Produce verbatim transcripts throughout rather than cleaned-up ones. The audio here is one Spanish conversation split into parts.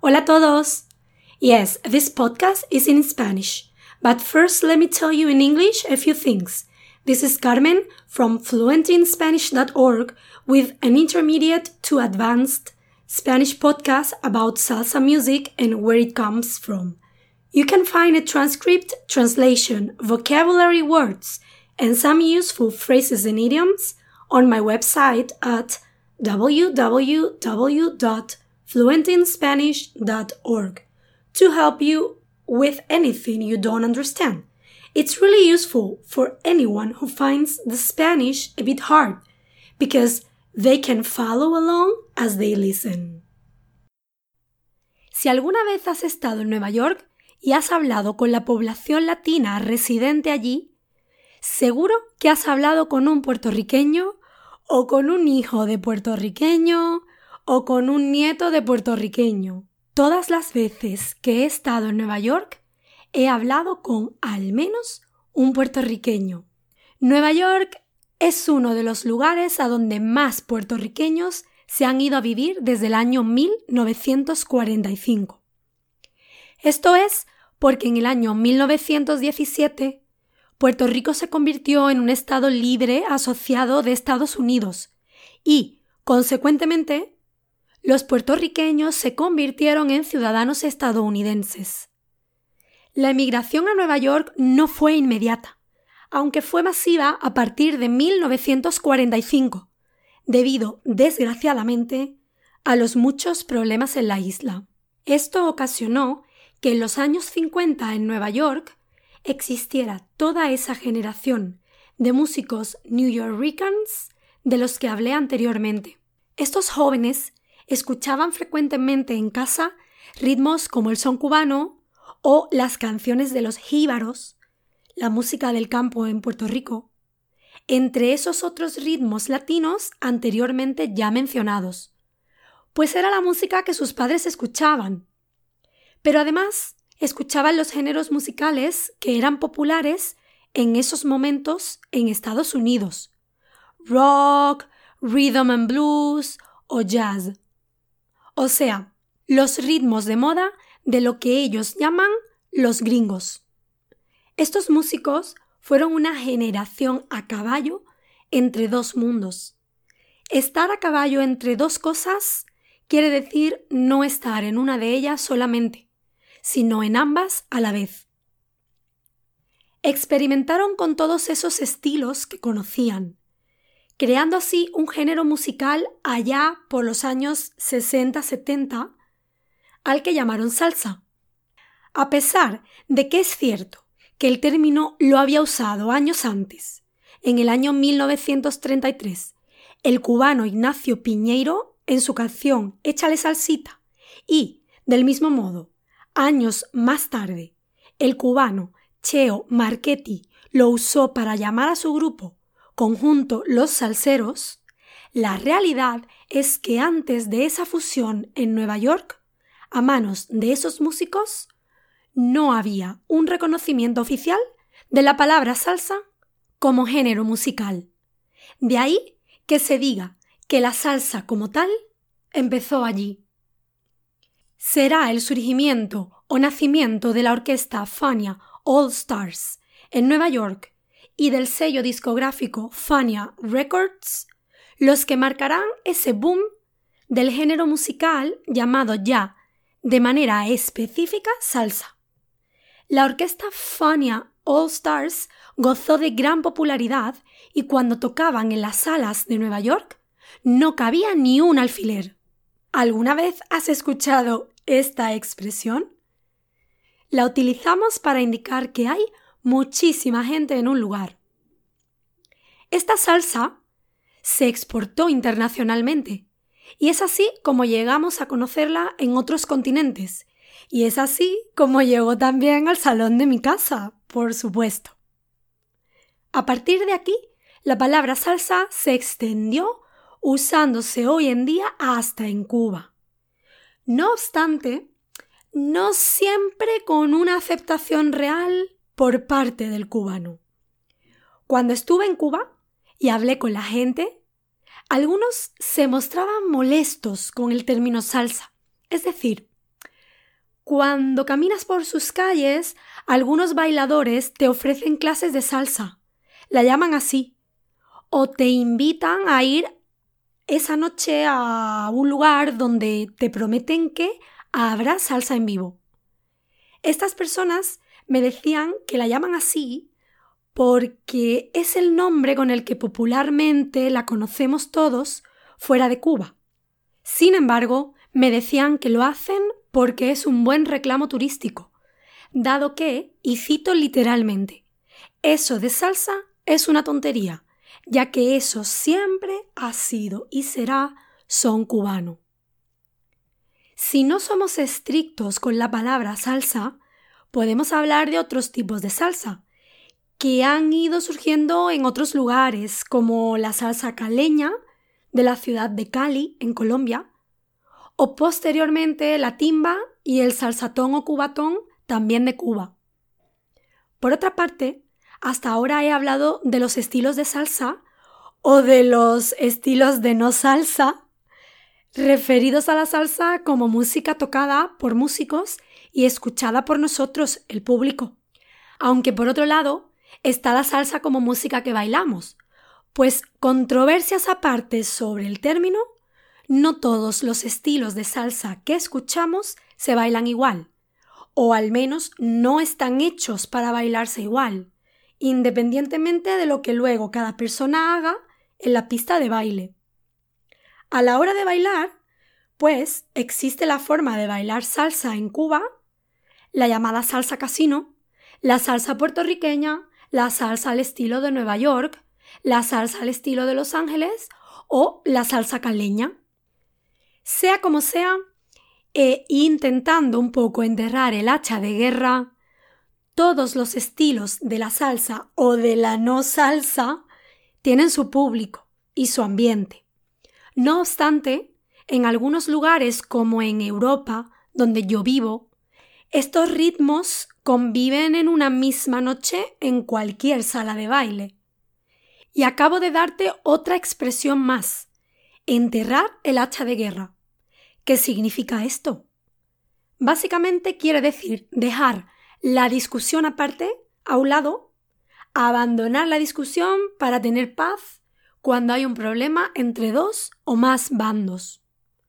Hola a todos! Yes, this podcast is in Spanish, but first let me tell you in English a few things. This is Carmen from fluent in spanish dot org with an intermediate to advanced Spanish podcast about salsa music and where it comes from. You can find a transcript, translation, vocabulary words, and some useful phrases and idioms on my website at w w w dot fluent in spanish dot org to help you with anything you don't understand. It's really useful for anyone who finds the Spanish a bit hard because they can follow along as they listen. Si alguna vez has estado en Nueva York y has hablado con la población latina residente allí, seguro que has hablado con un puertorriqueño o con un hijo de puertorriqueño o con un nieto de puertorriqueño. Todas las veces que he estado en Nueva York, he hablado con al menos un puertorriqueño. Nueva York es uno de los lugares a donde más puertorriqueños se han ido a vivir desde el año mil novecientos cuarenta y cinco. Esto es porque en el año mil novecientos diecisiete, Puerto Rico se convirtió en un estado libre asociado de Estados Unidos y, consecuentemente, los puertorriqueños se convirtieron en ciudadanos estadounidenses. La emigración a Nueva York no fue inmediata, aunque fue masiva a partir de mil novecientos cuarenta y cinco, debido, desgraciadamente, a los muchos problemas en la isla. Esto ocasionó que en los años cincuenta en Nueva York existiera toda esa generación de músicos newyorkers de los que hablé anteriormente. Estos jóvenes escuchaban frecuentemente en casa ritmos como el son cubano o las canciones de los jíbaros, la música del campo en Puerto Rico, entre esos otros ritmos latinos anteriormente ya mencionados, pues era la música que sus padres escuchaban. Pero además escuchaban los géneros musicales que eran populares en esos momentos en Estados Unidos: rock, rhythm and blues o jazz. O sea, los ritmos de moda de lo que ellos llaman los gringos. Estos músicos fueron una generación a caballo entre dos mundos. Estar a caballo entre dos cosas quiere decir no estar en una de ellas solamente, sino en ambas a la vez. Experimentaron con todos esos estilos que conocían, creando así un género musical allá por los años sesenta setenta, al que llamaron salsa. A pesar de que es cierto que el término lo había usado años antes, en el año mil novecientos treinta y tres, el cubano Ignacio Piñeiro en su canción Échale salsita, y, del mismo modo, años más tarde, el cubano Cheo Marchetti lo usó para llamar a su grupo conjunto Los Salseros, la realidad es que antes de esa fusión en Nueva York, a manos de esos músicos, no había un reconocimiento oficial de la palabra salsa como género musical. De ahí que se diga que la salsa como tal empezó allí. Será el surgimiento o nacimiento de la orquesta Fania All Stars en Nueva York y del sello discográfico Fania Records los que marcarán ese boom del género musical llamado ya, de manera específica, salsa. La orquesta Fania All Stars gozó de gran popularidad y cuando tocaban en las salas de Nueva York no cabía ni un alfiler. ¿Alguna vez has escuchado esta expresión? La utilizamos para indicar que hay muchísima gente en un lugar. Esta salsa se exportó internacionalmente y es así como llegamos a conocerla en otros continentes y es así como llegó también al salón de mi casa, por supuesto. A partir de aquí, la palabra salsa se extendió usándose hoy en día hasta en Cuba. No obstante, no siempre con una aceptación real por parte del cubano. Cuando estuve en Cuba y hablé con la gente, algunos se mostraban molestos con el término salsa, es decir, Cuando caminas por sus calles, algunos bailadores te ofrecen clases de salsa, la llaman así, o te invitan a ir esa noche a un lugar donde te prometen que habrá salsa en vivo. Estas personas me decían que la llaman así porque es el nombre con el que popularmente la conocemos todos fuera de Cuba. Sin embargo, me decían que lo hacen porque es un buen reclamo turístico, dado que, y cito literalmente, eso de salsa es una tontería, ya que eso siempre ha sido y será son cubano. Si no somos estrictos con la palabra salsa, podemos hablar de otros tipos de salsa, que han ido surgiendo en otros lugares, como la salsa caleña de la ciudad de Cali, en Colombia, o posteriormente la timba y el salsatón o cubatón, también de Cuba. Por otra parte, hasta ahora he hablado de los estilos de salsa o de los estilos de no salsa, referidos a la salsa como música tocada por músicos y escuchada por nosotros, el público. Aunque por otro lado, está la salsa como música que bailamos, pues controversias aparte sobre el término, no todos los estilos de salsa que escuchamos se bailan igual, o al menos no están hechos para bailarse igual, independientemente de lo que luego cada persona haga en la pista de baile. A la hora de bailar, pues existe la forma de bailar salsa en Cuba, la llamada salsa casino, la salsa puertorriqueña, la salsa al estilo de Nueva York, la salsa al estilo de Los Ángeles o la salsa caleña. Sea como sea, e intentando un poco enterrar el hacha de guerra, todos los estilos de la salsa o de la no salsa tienen su público y su ambiente. No obstante, en algunos lugares como en Europa, donde yo vivo, estos ritmos conviven en una misma noche en cualquier sala de baile. Y acabo de darte otra expresión más: enterrar el hacha de guerra. ¿Qué significa esto? Básicamente quiere decir dejar la discusión aparte, a un lado, abandonar la discusión para tener paz cuando hay un problema entre dos o más bandos.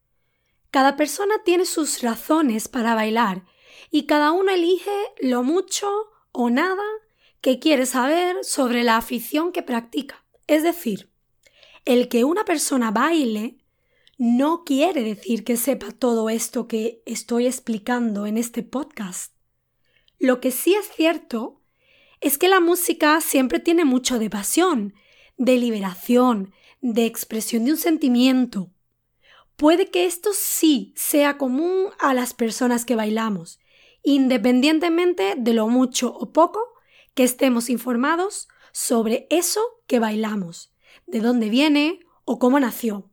Cada persona tiene sus razones para bailar y cada uno elige lo mucho o nada que quiere saber sobre la afición que practica. Es decir, el que una persona baile no quiere decir que sepa todo esto que estoy explicando en este podcast. Lo que sí es cierto es que la música siempre tiene mucho de pasión, de liberación, de expresión de un sentimiento. Puede que esto sí sea común a las personas que bailamos, independientemente de lo mucho o poco que estemos informados sobre eso que bailamos, de dónde viene o cómo nació.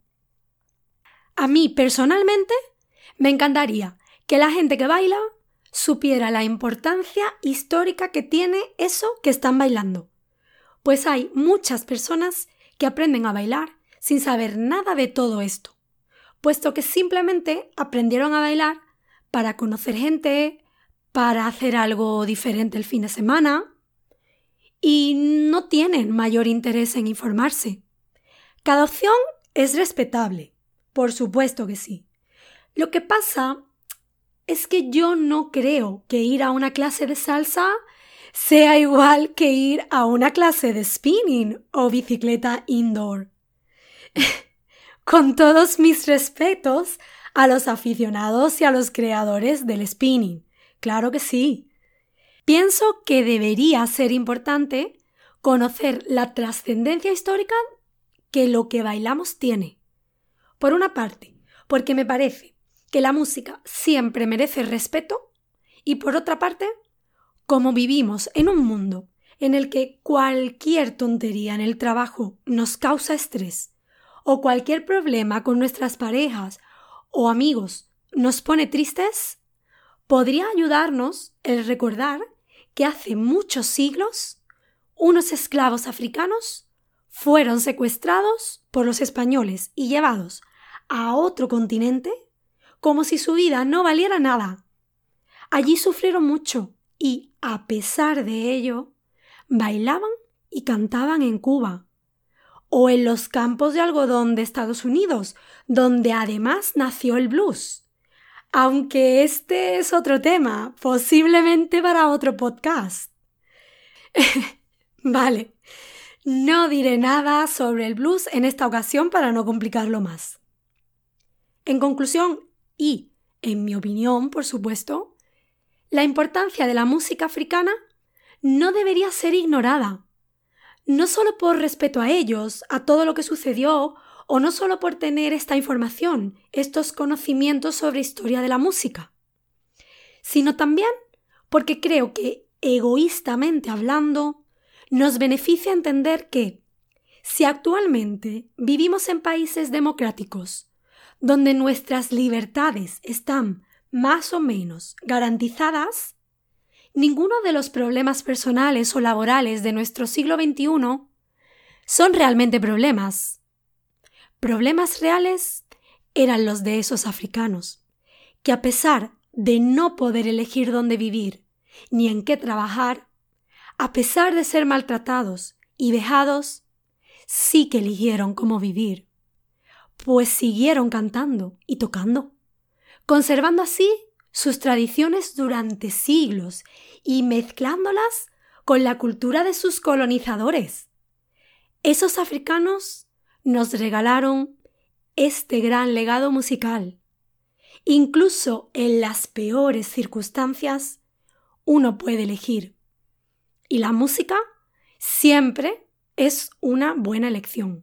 A mí, personalmente, me encantaría que la gente que baila supiera la importancia histórica que tiene eso que están bailando, pues hay muchas personas que aprenden a bailar sin saber nada de todo esto, puesto que simplemente aprendieron a bailar para conocer gente, para hacer algo diferente el fin de semana, y no tienen mayor interés en informarse. Cada opción es respetable, por supuesto que sí. Lo que pasa es que yo no creo que ir a una clase de salsa sea igual que ir a una clase de spinning o bicicleta indoor. Con todos mis respetos a los aficionados y a los creadores del spinning, claro que sí. Pienso que debería ser importante conocer la trascendencia histórica que lo que bailamos tiene. Por una parte, porque me parece que la música siempre merece respeto, y por otra parte, como vivimos en un mundo en el que cualquier tontería en el trabajo nos causa estrés, o cualquier problema con nuestras parejas o amigos nos pone tristes, podría ayudarnos el recordar que hace muchos siglos unos esclavos africanos fueron secuestrados por los españoles y llevados a otro continente como si su vida no valiera nada. Allí sufrieron mucho y, a pesar de ello, bailaban y cantaban en Cuba o en los campos de algodón de Estados Unidos, donde además nació el blues. Aunque este es otro tema, posiblemente para otro podcast. Vale, no diré nada sobre el blues en esta ocasión para no complicarlo más. En conclusión, y en mi opinión, por supuesto, la importancia de la música africana no debería ser ignorada. No solo por respeto a ellos, a todo lo que sucedió, o no solo por tener esta información, estos conocimientos sobre historia de la música, sino también porque creo que, egoístamente hablando, nos beneficia entender que, si actualmente vivimos en países democráticos, donde nuestras libertades están más o menos garantizadas, ninguno de los problemas personales o laborales de nuestro siglo veintiuno son realmente problemas. Problemas reales eran los de esos africanos, que a pesar de no poder elegir dónde vivir ni en qué trabajar, a pesar de ser maltratados y vejados, sí que eligieron cómo vivir, pues siguieron cantando y tocando, conservando así sus tradiciones durante siglos y mezclándolas con la cultura de sus colonizadores. Esos africanos nos regalaron este gran legado musical. Incluso en las peores circunstancias, uno puede elegir. Y la música siempre es una buena elección.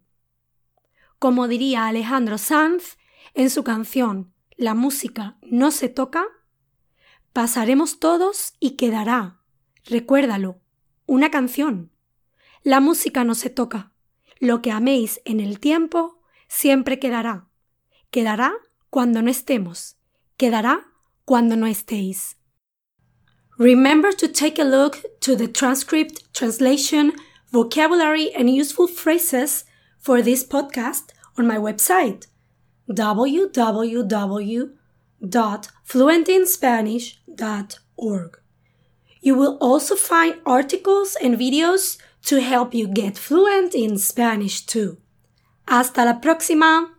Como diría Alejandro Sanz en su canción La música no se toca, pasaremos todos y quedará, recuérdalo, una canción. La música no se toca. Lo que améis en el tiempo siempre quedará. Quedará cuando no estemos. Quedará cuando no estéis. Remember to take a look to the transcript, translation, vocabulary and useful phrases for this podcast on my website w w w dot fluent in spanish dot org. You will also find articles and videos to help you get fluent in Spanish too. Hasta la próxima!